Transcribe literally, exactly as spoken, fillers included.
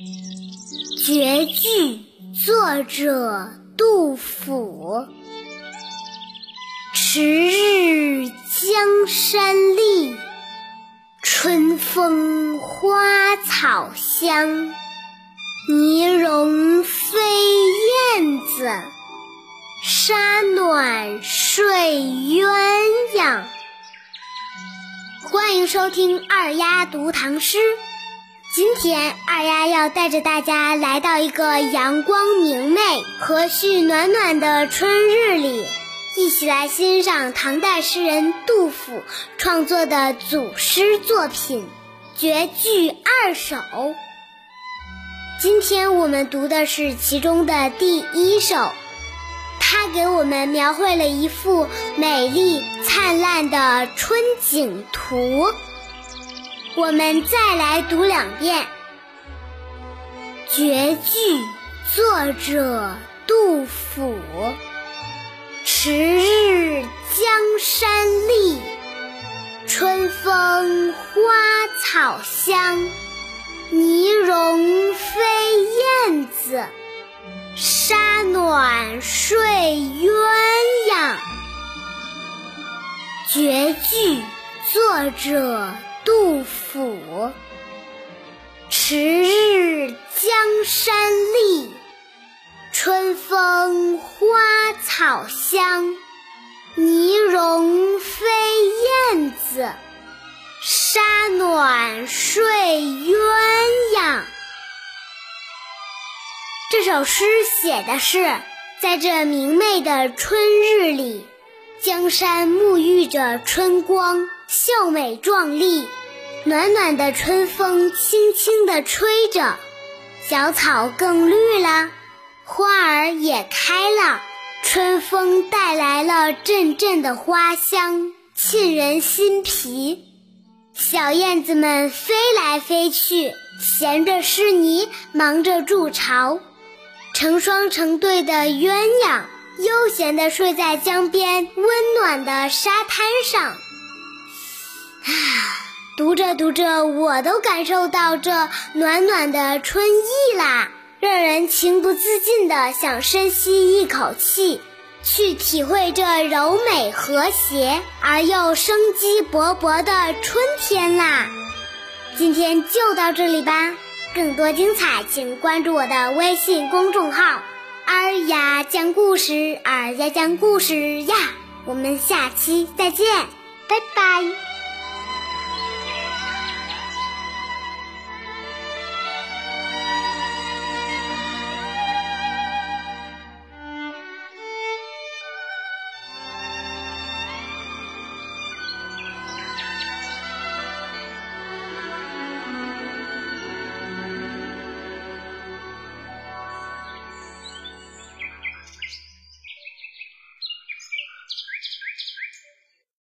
绝句，作者杜甫。迟日江山丽，春风花草香。泥融飞燕子，沙暖睡鸳鸯。欢迎收听二丫读唐诗。今天二丫要带着大家来到一个阳光明媚、和煦暖暖的春日里，一起来欣赏唐代诗人杜甫创作的组诗作品《绝句二首》。今天我们读的是其中的第一首，它给我们描绘了一幅美丽灿烂的春景图。我们再来读两遍。绝句，作者杜甫。迟日江山丽，春风花草香。泥融飞燕子，沙暖睡鸳鸯。绝句，作者杜甫。迟日江山丽，春风花草香。泥融飞燕子，沙暖睡鸳鸯。这首诗写的是，在这明媚的春日里，江山沐浴着春光，秀美壮丽，暖暖的春风轻轻地吹着，小草更绿了，花儿也开了，春风带来了阵阵的花香，沁人心脾。小燕子们飞来飞去，衔着湿泥，忙着筑巢。成双成对的鸳鸯悠闲地睡在江边温暖的沙滩上。啊，读着读着，我都感受到这暖暖的春意啦，让人情不自禁地想深吸一口气，去体会这柔美和谐而又生机勃勃的春天啦。今天就到这里吧，更多精彩请关注我的微信公众号二丫讲故事，二丫讲故事呀，我们下期再见，拜拜。